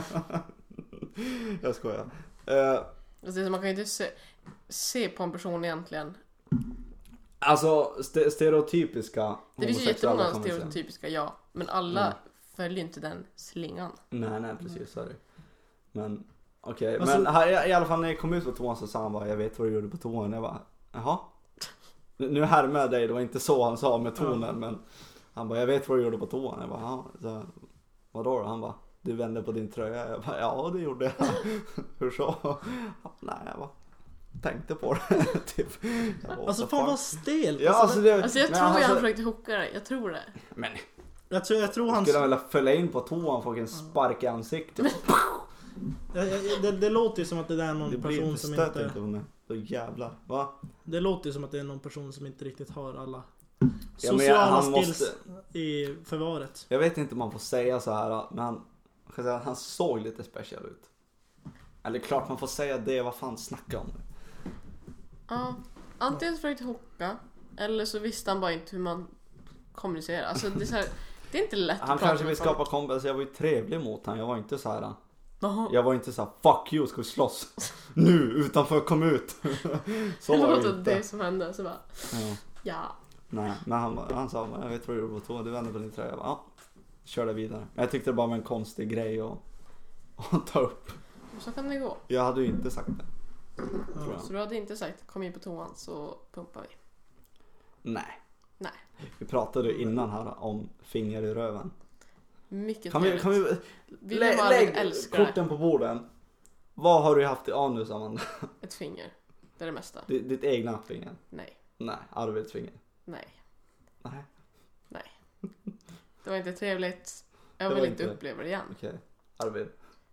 Jag skojar. Uh, Alltså, man kan ju inte se, se på en person egentligen. alltså st- stereotypiska Det finns ju homosexuella jättemånga kan man säga. stereotypiska ja. Men alla Mm. följer inte den slingan. Nej, nej precis, sorry. Men okej, Alltså- men här, i alla fall när jag kom ut på toan så sa han bara, jag vet vad du gjorde på toan. Jag bara, jaha. Nu nu härmar jag dig, det var inte så han sa med tonen, Ja. men han bara, jag vet vad du gjorde på toan. Jag bara, ja, så, vadå då? Han bara, du vände på din tröja. Jag bara, ja det gjorde jag. Hur så? Ja, nej, jag bara tänkte på det. typ. Jag bara, Alltså what the fan fuck? vad stelt. Ja, alltså, alltså, det, Alltså jag men tror alltså, jag han försökte hooka dig. Jag tror det. Men jag tror, jag tror han... skulle han vilja följa in på toan och få en spark i ansiktet. Jag, jag, det, det låter ju som att det där är någon Det blir person inte som stött inte... inte på mig. Så jävlar, va? Det låter ju som att det är någon person som inte riktigt har alla Ja, men sociala han skills måste- i förvaret. Jag vet inte om man får säga så här, men han, jag ska säga, han såg lite special ut. Eller klart man får säga det, vad fan snackar om. Ja. Antingen så försökte hooka. Eller så visste han bara inte hur man kommunicerar. Alltså det är så här, det är inte lätt Han att prata kanske med vill folk. skapa kompis, jag var ju trevlig mot han. Jag var inte så här. Jaha. Jag var inte så här, fuck you, ska vi slåss? Nu, utanför, kom ut. Så Det var låter det det inte. som hände. Så bara, Ja. ja. Nej, men han, han sa, jag vet vad du gjorde på toa, du vände på din tröja. Jag bara, ja, körde vidare. Men jag tyckte det bara var en konstig grej att, att ta upp. Så kan det gå. Jag hade ju inte sagt det, tror jag. Så du hade inte sagt kom in på toan så pumpar vi. Nej. Nej. Vi pratade ju innan här om finger i röven. Mycket Kan vi, kan vi William lä, och Arvid lägg älskar korten på borden. Vad har du haft i anus, Amanda? ett finger. Det är det mesta. Ditt, ditt egna finger? Nej. Nej, Arvids finger. Nej. Nej, Det var inte trevligt. Jag Det vill var inte inte- uppleva det igen. okej. Arvid.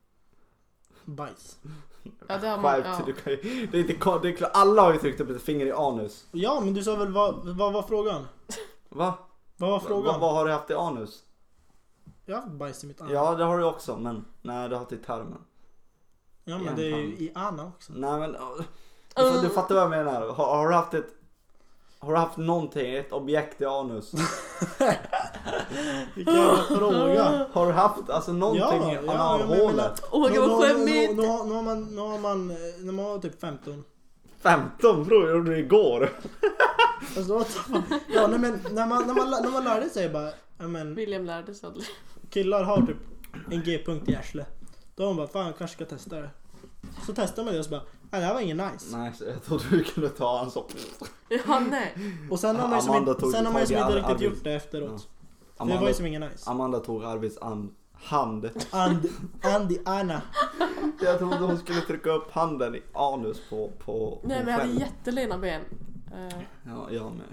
Bajs. Ja, det har man, Skärp ja. till, du kan ju, det är inte kon- det är klart, alla har ju tryckt upp ett finger i anus. Ja, men du sa väl vad, vad var frågan? Va? Vad var Va, frågan? vad har du haft i anus? Jag har haft bajs i mitt anus. Ja, det har du också, men nej, du har haft i tarmen. Ja, men en det är ju hand. i ana också. Nej, men åh, du, får- du fattar vad jag menar. Har, har du haft ett Har du haft någonting, ett objekt i anus? Vilken jävla fråga. Har du haft alltså någonting Ja, i ja, jag analhålet? Åh, Nu- vad nu- skämmigt! Nu, nu, nu, nu har man, nu har man, eh, när man var typ femton. femton bror, gjorde du igår? Alltså, what the fuck? Ja, nej, men när man, när man, när man lärde sig bara, ja men William lärde sig aldrig. killar har typ en G-punkt i arslet. Då har man bara, fan jag kanske ska testa det. Så testar man det och så bara, nej det här var ingen nice. Nej, så jag trodde du kunde ta en så. Ja, nej. Och sen har man ju som, Amanda inte- tog sen har man ju som tag i inte riktigt Arvid. gjort det efteråt. Ja. Det var ju Amanda, som ingen nice. Amanda tog Arvids and, hand. And, Andy Anna. Jag trodde hon skulle trycka upp handen i anus på, på Nej, hon men jag hade själv. jättelena ben. Eh, Ja, jag med.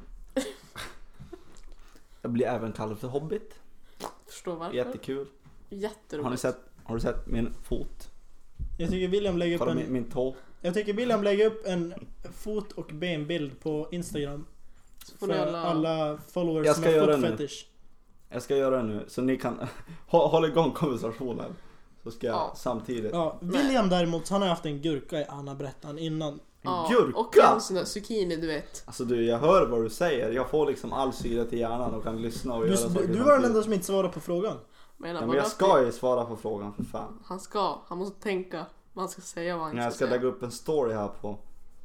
Jag blir även kallad för Hobbit. förstår varför. Jättekul. Jätteroligt. Har ni sett, har du sett min fot? Jag tycker William lägger upp Kolla min, en, min tå. jag tycker William lägger upp en fot- och benbild på Instagram. får ni För alla- alla followers Jag som ska har göra foot det nu. fetish. Jag ska göra det nu så ni kan hå- hålla igång konversationen. Så ska jag Ja. samtidigt. Ja, William däremot, han har haft en gurka i Anna berättan innan. En Ja, gurka? och en sån där zucchini, du vet. Alltså du, jag hör vad du säger. Jag får liksom all syre till hjärnan och kan lyssna och Du, göra du, saker du var den samtidigt. enda som inte svarade på frågan. Men, Ja, men jag ska ju svara på frågan för fan. Han ska. Han måste tänka vad han ska säga, vad han Nej, jag ska ska säga. lägga upp en story här på.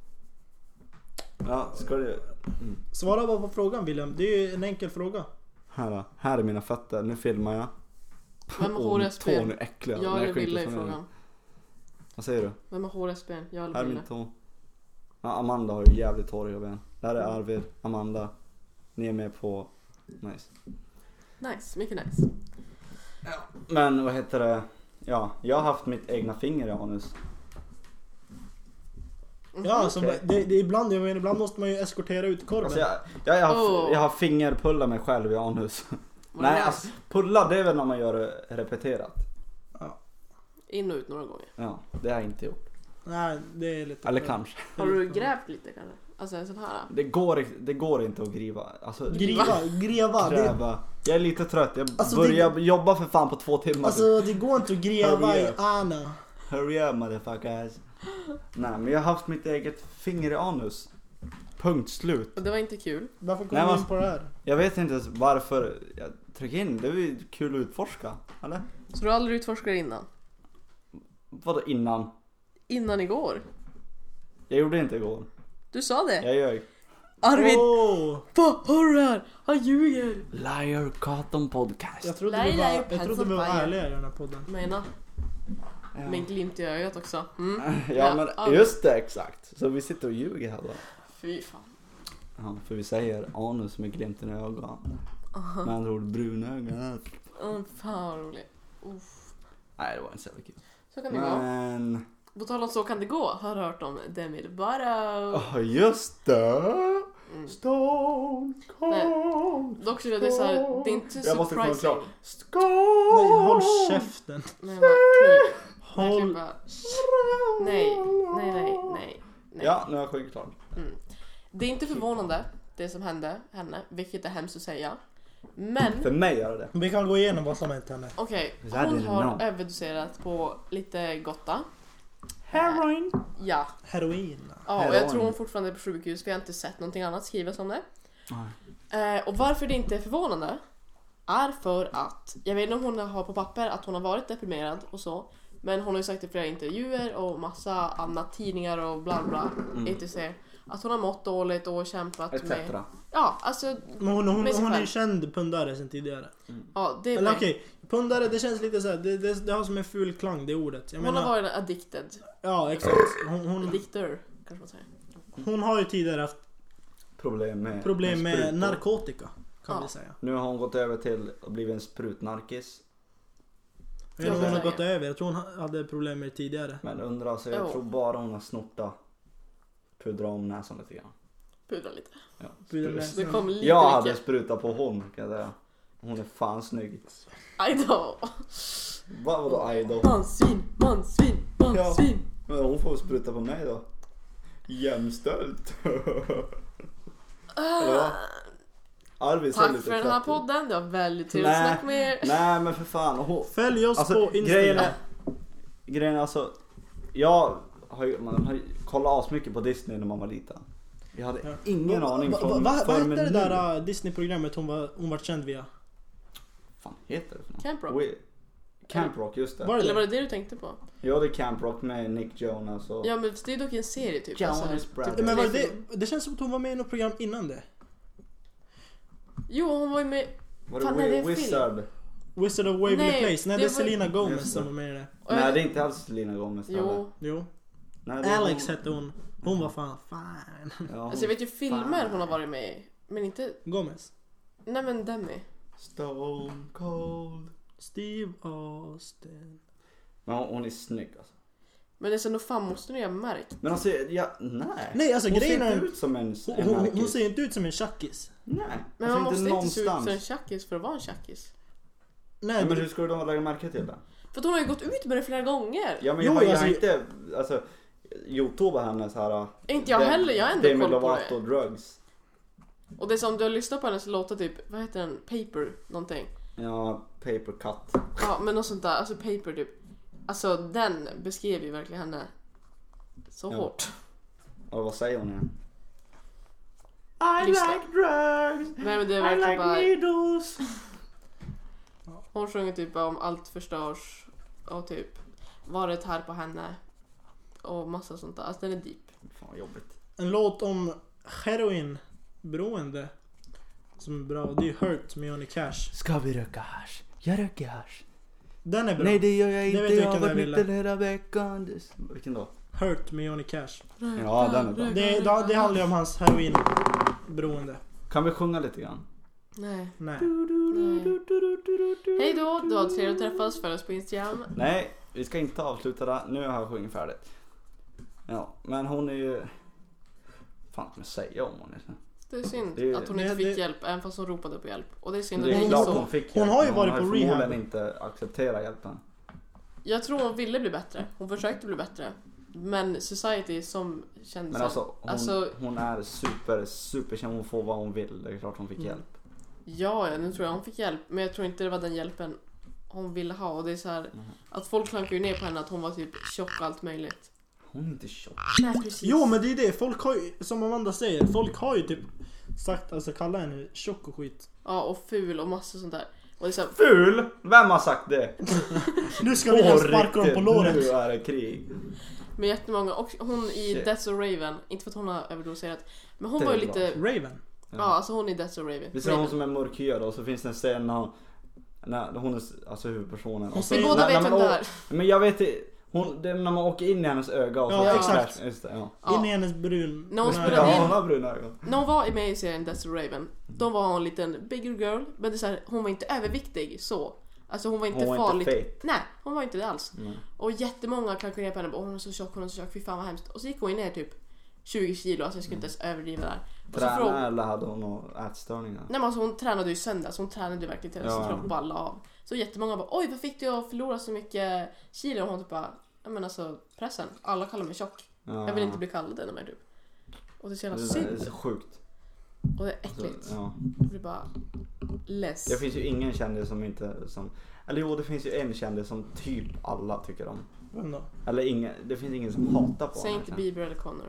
Ja, ska du... Mm. Svara bara på frågan William, det är ju en enkel fråga. Här då. Här är mina fötter, nu filmar jag. Vem har Åh, hårigast min tå ben? nu är äckliga. Jag Nej, eller skiter Wille i från det. frågan. Vad säger du? Vem har hårigast ben? Jag Här eller är Wille? min tå. Ja, Amanda har ju jävligt håriga ben. Där är Arvid, Amanda. Ni är med på... Nice. Nice, mycket nice. Men vad heter det? Ja, jag har haft mitt egna finger i anus. Ja, alltså, Okej. det, det, ibland, jag menar, ibland måste man ju eskortera ut korven. Alltså jag, jag, jag, har, Oh. jag har fingerpullat mig själv i anus. Vad Nej, nice. alltså, pulla det är väl när man gör det repeterat. In och ut några gånger. Ja, det har jag inte gjort. Nej, det är lite... Eller kanske. Har du grävt lite kanske? Alltså en sån här? Det går, det går inte att griva. Alltså, Griva, greva. Det, gräva. Jag är lite trött. Jag Alltså, börjar jobba för fan på två timmar. alltså det går inte att gräva i Hurry up. Anna. Hurry up motherfuckers. Nej, men jag har haft mitt eget finger i anus. Punkt slut. Och det var inte kul. Varför kom Nej, du men- in på det här? Jag vet inte ens varför jag tryckte in. Det var ju kul att utforska. Eller? Så du har aldrig utforskat det innan? Vadå innan? Innan igår? Jag gjorde inte igår. Du sa det? Jag ljög. Arvid! Åh! Vad hör du här? Han ljuger! Liar Cotton Podcast. Jag trodde Nej, vi nej, var, jag trodde vi var Pencil ärliga i den här podden. Mena? Ja. Med glimt i ögat också. Mm. Ja, men ja. just det, exakt. Så vi sitter och ljuger här då. Fy fan. Ja, för vi säger anus med glimten i ögat. Med andra ord brunögat. Mm, fan vad roligt. Uff. Nej, det var inte så jävla kul. Så kan det gå. Men... På tal om så kan det gå. Har du hört om Demi Lovato? Ja, just det. Mm. Stone cold. Dock så är det så här, det är inte Jag måste komma surprising. klart. Skål! Nej, håll käften. Nej, bara knip. Håll... Verkligen bara, nej, nej, nej, nej, nej. Ja, nu har jag sjungit klart. Mm. Det är inte förvånande, det som hände henne, vilket är hemskt att säga. Men, För mig är det det. Vi kan gå igenom vad som hänt henne. okej, I hon didn't har know. överdoserat på lite gotta. Heroin. Ja, Heroin. ja och Heroin. jag tror hon fortfarande är på sjukhus, för jag har inte sett någonting annat skrivas om det. Nej. Eh, och varför det inte är förvånande är för att, jag vet inte om hon har på papper att hon har varit deprimerad och så, men hon har ju sagt i flera intervjuer och massa annat, tidningar och bla bla, Mm. et cetera att hon har mått dåligt och kämpat et med, cetera. ja alltså, Men hon, hon, Med sig hon är ju själv. känd pundare sen tidigare. ja det är Eller med. okej, pundare det känns lite så här, det, det, det har som en ful klang det ordet. Jag Hon menar, har varit addicted, ja exakt. Hon, hon, addictor kanske man säger. hon har ju tidigare haft Problem med problem med sprutor. narkotika kan Ja. vi säga. Nu har hon gått över till att bli en sprutnarkis. Jag vet inte om hon har Ja. gått över, jag tror hon hade problem med det tidigare. Men undrar så jag Jo. tror bara hon har snortat. Pudra om näsan lite grann. Pudra lite. Ja. Pudra Sprut- näsan. Det kom lite Jag hade mycket. sprutat på hon kan jag säga. Hon är fan snygg. Aj då. Vad vadå aj då? Mansvin, mansvin, mansvin. Men hon får spruta på mig då. Jämställt. Eller vad? Arvid ser Tack lite för den här trött ut. podden, det var väldigt trevligt att Nej. snacka med er. Nej men för fan. Hon, Följ oss alltså, på Instagram. grejen är, grejen är alltså. Jag har ju, man har ju kollat asmycket på Disney när man var liten. Jag hade Ja. ingen Va- aning va- från va- Vad förrän hette det nu. där uh, Disney-programmet hon var, hon var känd via? fan heter det för något? Camp Rock. We... Camp Rock, just det. Var det Eller var det det? det du tänkte på? Ja, det är Camp Rock med Nick Jonas och... Ja men det är dock en serie typ. Jonas Alltså, Brothers. typ Men var det, tre- det, det känns som att hon var med i något program innan det. Jo hon var ju med. Var Fan, det är det Wi- en film? Wizard? Wizard of Waverly Nej, Place. Nej, det det är var- Selena Just Gomez det. som var med i det. Och Nej, jag- det är inte alls Selena Gomez. eller? Jo. Jo. Nej, det är Alex hon. hette hon. Hon var fan fine. Ja, Alltså jag vet ju filmer fan. hon har varit med i. Men inte. Gomez. Nej men Demi. Stone Cold. Steve Austin. Men hon, hon är snygg alltså. Men det är så nog fan måste ni ha märkt. Men alltså, ja, nej. Nej, alltså hon grejen ser är- inte ut som en, Hon, en hon, hon märkis. ser ju inte ut som en tjackis. Nej, Men alltså man måste inte se ut någonstans. som en tjackis för att vara en tjackis. Nej, Ja, men men hur ska du då lägga märke till det? För att hon har ju gått ut med det flera gånger. Ja, men Jo, jag har, jag alltså- har inte, alltså, Youtube hennes här... Inte jag heller, jag har ändå Demi koll på Lovato det. Drugs. Och det är som du har lyssnat på hennes låtar typ, vad heter den? Paper någonting. Ja, Paper Cut. Ja men något sånt där, alltså Paper typ. Alltså den beskrev ju verkligen henne så Ja. hårt. Och vad säger hon igen? I Lyssna. like drugs. Nej men det är verkligen bara, needles. hon sjunger typ om allt förstörs och typ varit här på henne och massa sånt där. Alltså den är deep. Fan vad jobbigt. en låt om heroinberoende som är bra. Det är ju Hurt med Johnny Cash. Ska vi röka hasch? Jag röker hasch. Den är bra. Nej, det gör jag Det inte. vet jag Jag har vilken varit jag nykter ville. hela veckan. Det- Vilken då? Hurt med Johnny Cash. Ja, den är bra. Det, det, det handlar ju om hans heroinberoende. Kan vi sjunga lite grann? Nej. Nej. Nej. Hej då, du har trevligt att träffas, följ oss på Instagram. Nej, vi ska inte avsluta det. Nu har jag sjungit färdigt. Ja, men hon är ju... Fan kan jag säga om hon är så? Det är synd Det är- att hon det- inte fick det- hjälp, även fast hon ropade på hjälp. Och det är synd att Det det är är klart så. hon fick Hon hjälp, har ju men varit hon på har ju rehab. förmodligen inte accepterat hjälpen. Jag tror hon ville bli bättre. Hon försökte bli bättre. Men society som kände Men så- alltså hon, alltså, hon är super, super känd. Hon får vad hon vill. Det är klart hon fick Mm. hjälp. ja, ja, nu tror jag hon fick hjälp. Men jag tror inte det var den hjälpen hon ville ha. Och det är så här Mm. att folk klankar ju ner på henne att hon var typ tjock och allt möjligt. Hon är inte tjock. Nej, precis. Jo men det är det, folk har ju, som Amanda säger, folk har ju typ sagt, alltså kalla henne tjock och skit. Ja, och ful och massa sånt där. Och det är så här, Ful! Vem har sagt det? Nu ska vi På sparka dem på riktigt, låret. Nu är det krig. med jättemånga. Och hon i Shit. Deaths of Raven, inte för att hon har överdoserat. Men hon Det var är ju bra. lite, Raven. ja alltså hon i Deaths of Raven. Visst är det hon Raven. som är mörkhyad och så finns det en scen när hon, när hon är alltså huvudpersonen. Hon Och så- Vi båda när- vet när vem man det å- Men jag vet inte, hon, det är när man åker in i hennes öga och så Ja, så exakt. flash- Just det, ja. Ja. In i hennes brun. När hon bruna spelade ögon. Ja, in- hon har bruna ögon. När hon var med i serien Deaths of Raven, då var hon en liten bigger girl. Men det är så här, hon var inte överviktig så. Alltså hon var inte Hon var farligt. inte fet. Nej, hon var inte det alls. Nej. Och jättemånga klankade ner på henne. Åh, hon är så tjock, hon är så tjock, fy fan vad hemskt. Och så gick hon ner typ tjugo kilo, alltså jag skulle inte ens överdriva där. Och så frågade- Träna eller hade hon några ätstörningar? Nej men alltså hon tränade ju sönder, så hon tränade ju verkligen till hennes Ja. kropp bara la av. Så jättemånga bara, oj vad fick du att förlora så mycket kilo? Och hon typ bara, ja men alltså pressen, alla kallar mig tjock. Ja. Jag vill inte bli kallad ännu mer typ. Och det är så jävla Det är synd. så sjukt. Och det är Så, äckligt. ja. Det blir bara less. Det finns ju ingen kändis som inte som, eller jo det finns ju en kändis som typ alla tycker om. Vem då? Eller ingen, det finns ingen som hatar på Säg honom, inte liksom. Bieber eller Connor.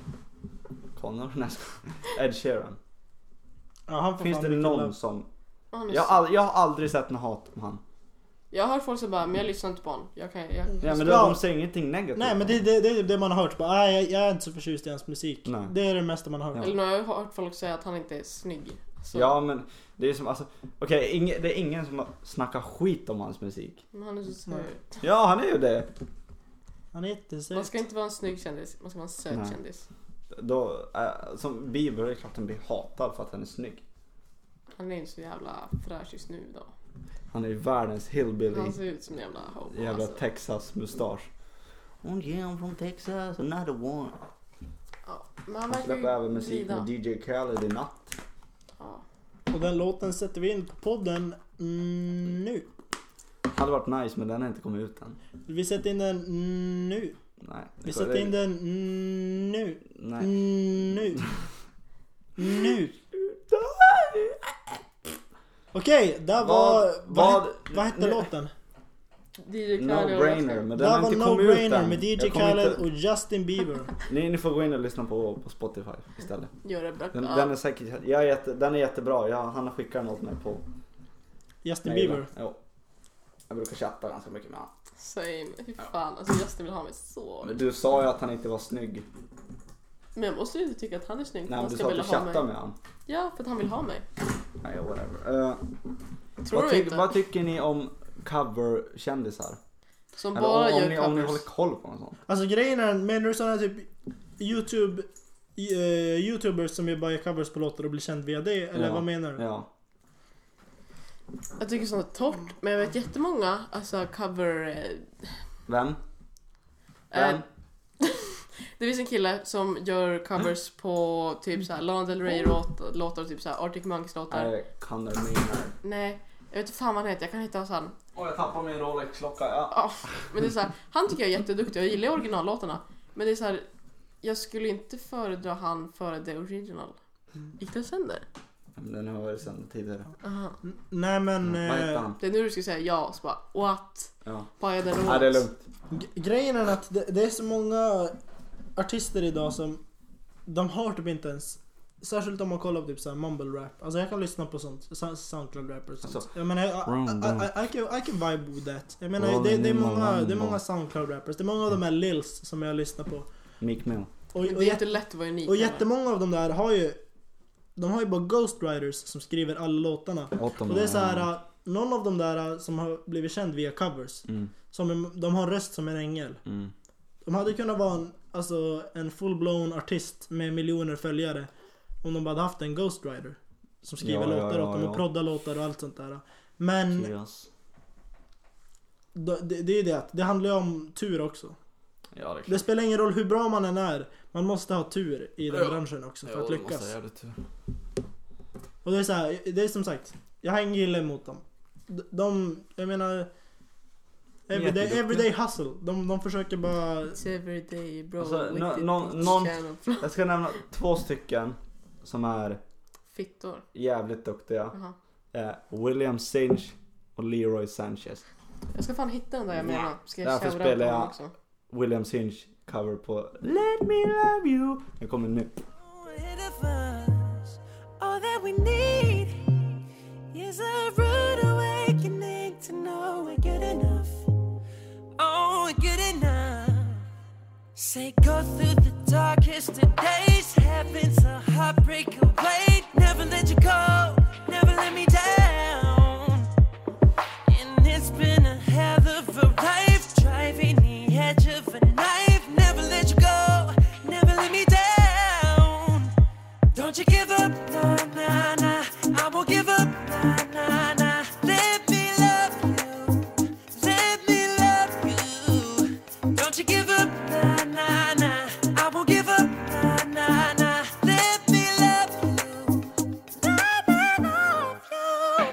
Connor? Nej, Ed Sheeran. Ja, han får Finns fan det mycket någon love. som... Och han är Jag så- har, all, jag har aldrig sett något hat om han. Jag har hört folk som bara, men jag lyssnar inte på honom. Jag kan, jag, Ja men Ja. de säger ingenting negativt. Nej men det, det, det är det man har hört. Bara, nej, jag, jag är inte så förtjust i hans musik. Nej. Det är det mesta man har hört. Ja. Eller nu har jag hört folk säga att han inte är snygg. Så, Ja men det är som alltså, okej okay, det är ingen som snackar skit om hans musik. Men han är så söt. Ja han är ju det. Han är jättesöt. Man ska inte vara en snygg kändis, man ska vara en söt Nej. kändis. Då, äh, som Bieber är det klart han blir hatad för att han är snygg. Han är ju så jävla fräsch just nu då. Han är ju världens hillbilly. Han ser ut som en jävla homo Jävla alltså. Texas mustasch. Oh yeah I'm from Texas, another one. Ja, men han Han verkar släpper även ju musik glida. med D J Khaled i natt. Ja. Och den låten sätter vi in på podden mm, nu. Hade varit nice men den har inte kommit ut än. Vi sätter in den nu. Nej. Vi sätter in den nu. Nej. Nu. Nu. Okej, där var... Vad, vad- vad, vad hette nu- låten? D J No Khaled och brainer men den Det har var inte No kommit ut Brainer än. med D J Jag kommer Khaled inte- och Justin Bieber. Ni, ni får gå in och lyssna på, på Spotify istället. Gör det bra. Den, Ja. den är säkert, jag är jätte, den är jättebra. Jag, han har skickat den åt mig på Justin Jag gillar- Bieber. Jo. Jag brukar chatta ganska mycket med honom. Same. Fy fan. Alltså Justin vill ha mig så. Men du sa ju att han inte var snygg. Men jag måste ju inte tycka att han är snygg. Nej, men Han du ska sa att vilja du ha mig. chattar med honom. Ja, för att han vill ha mig. Nej, whatever. Uh, Tror vad, du ty- inte? vad tycker ni om coverkändisar? Som Eller bara om, gör om, ni, om ni covers. håller koll på något sånt. Alltså grejen är, menar du sådana typ YouTube uh, YouTubers som ju bara gör covers på låtar och blir känd via det? Eller Ja. vad menar du? Ja. Jag tycker sånt är torrt. Men jag vet jättemånga alltså cover... Eh, Vem? eh, Vem? det finns en kille som gör covers på typ såhär Lana Del Rey låt, låtar och typ såhär Arctic Monkeys låtar. Nej, Conor Maynard. Nej, jag vet inte fan vad han heter. Jag kan hitta hans han. Åh, jag tappar min Rolex-klocka. Ja. Ja, men det är så här, han tycker jag är jätteduktig. Jag gillar originallåtarna. Men det är så här, jag skulle inte föredra han före the original. Gick den sönder? Men den har varit sen tidigare. Aha. N- Nej men Vad heter eh, han? Det är nu du ska säga ja, så bara what? Ja. Pajade den Nej, det är lugnt. g- grejen är att det, det är så många artister idag som de har typ inte ens, särskilt om man kollar på typ såhär mumble rap. Alltså jag kan lyssna på sånt, Sound- Soundcloud rap och sånt. Alltså, Jag menar, I, I, I, I, can, I can vibe with that. Jag menar, det, det, är många, det är många Soundcloud rappers. Det är många av de här Lils som jag lyssnar på. Mick Mill. Och, Men och, det är jät- inte lätt att vara unik. och heller. jättemånga av de där har ju, de har ju bara ghostwriters som skriver alla låtarna. Och det är så här, uh, någon av de där uh, som har blivit känd via covers, Mm. som är, de har en röst som en ängel. Mm. De hade kunnat vara en, alltså, en full-blown artist med miljoner följare om de bara hade haft en ghostwriter som skriver Ja, ja, låtar ja, åt dem och ja. proddar låtar och allt sånt där. Men Yes. då, det, det är det att det handlar ju om tur också. Ja, det är Det klart. spelar ingen roll hur bra man än är, man måste ha tur i den Ja. branschen också för Jo, att det måste lyckas. jag göra det. Och det är så här, det är som sagt, jag har ingen gilla emot dem. De, de jag menar everyday, Jätteduktiga. everyday hustle. De, de försöker bara. It's every day bro. Alltså, with nå- it någon- beach någon- can of- Jag ska nämna två stycken som är Fittor. jävligt duktiga. Jaha. Eh, William Sinch och Leroy Sanchez. Jag ska fan hitta den där jag menar. Ska jag Därför shouta spelar på honom jag- också? William Sinch cover på Let Me Love You. Den kommer nu. Ahead of us, all that we need is a rude awakening to know we're good enough. Oh, we're good enough. Say go through the darkest of days, heaven's a heartbreak away. Never let you go, never let me down. And it's been a hell of a life, driving the edge of a knife. Never let you go, never let me down. Don't you give up, nah, nah, nah. I won't give up, nah, nah, nah. Let me love you, let me love you. Don't you give up, nah, nah, nah. I won't give up, nah, nah, nah. Let me love you, let me love you.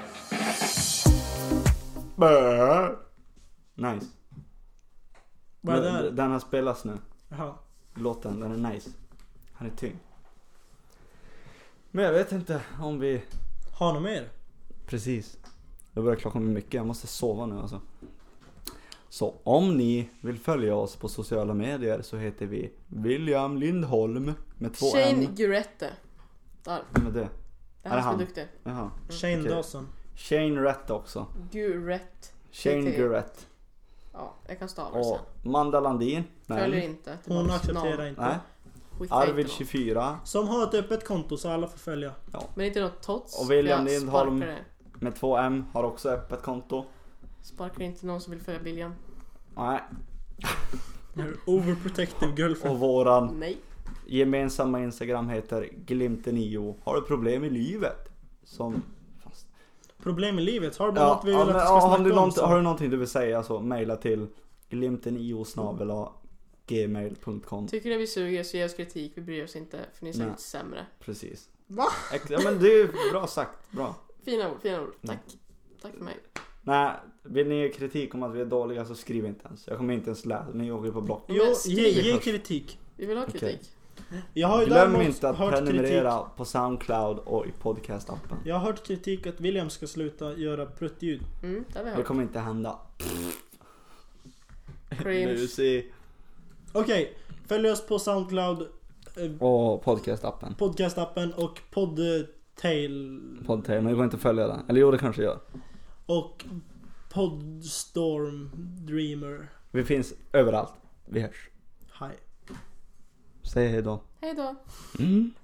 Nice. Vad är det Den, här? den har spelats nu. Jaha. Låten, den är nice. Han är tyngd. Men jag vet inte om vi... Har något mer? Precis. Då börjar klockan bli mycket. Jag måste sova nu alltså. Så om ni vill följa oss på sociala medier så heter vi William Lindholm med två Shane M. Gurette. Där. Vem är det? Det Är det här som är han? duktig. Jaha. Shane Okej. Dawson. Shane Rett också. Gurette. Shane T. Gurett. Ja, jag kan stava det Och sen. Manda Landin. Följer Nej. inte. Det Hon var accepterar någon. inte. Nej. Skitfejt Arvid det var. tjugofyra. Som har ett öppet konto så alla får följa. Men inte något tots. Och William för jag Lindholm. sparkar det. Med två M har också öppet konto. Sparkar inte någon som vill följa William. Nej. Overprotective girlfriend. Och våran Nej. gemensamma Instagram heter Glimtenio. Har du problem i livet? Som... Fast... Problem i livet. Har du bara Ja, något vi vill ja, att men, vi ja, ska har, snacka du om? något, Så. har du någonting du vill säga så mejla till glimtenio snabel-a gmail punkt com. Tycker ni vi suger så ge oss kritik. Vi bryr oss inte. För ni är säkert Nej. sämre. Precis. Va? Ex- Ja, men det är bra sagt. Bra. Fina ord, fina ord. Nej. Tack. Tack för mig. Nej, vill ni ge kritik om att vi är dåliga så skriv inte ens. Jag kommer inte ens läsa. Ni åker på block. Jo, Men ge, skriv ge först. kritik. Vi vill ha Okej. kritik. Jag har ju Glöm däremot inte att hört prenumerera kritik. på Soundcloud och i podcastappen. Jag har hört kritik att William ska sluta göra pruttljud. Mm, det har vi Det hört. kommer inte hända. Cringe. Musi. Okej, följ oss på Soundcloud, eh, Och podcastappen. podcastappen och Podtail. Podtail, men det går inte att följa den. Eller jo, det kanske gör. och Podstorm Dreamer. Vi finns överallt. Vi hörs. Hej. Säg hej då. Hej då. Mm.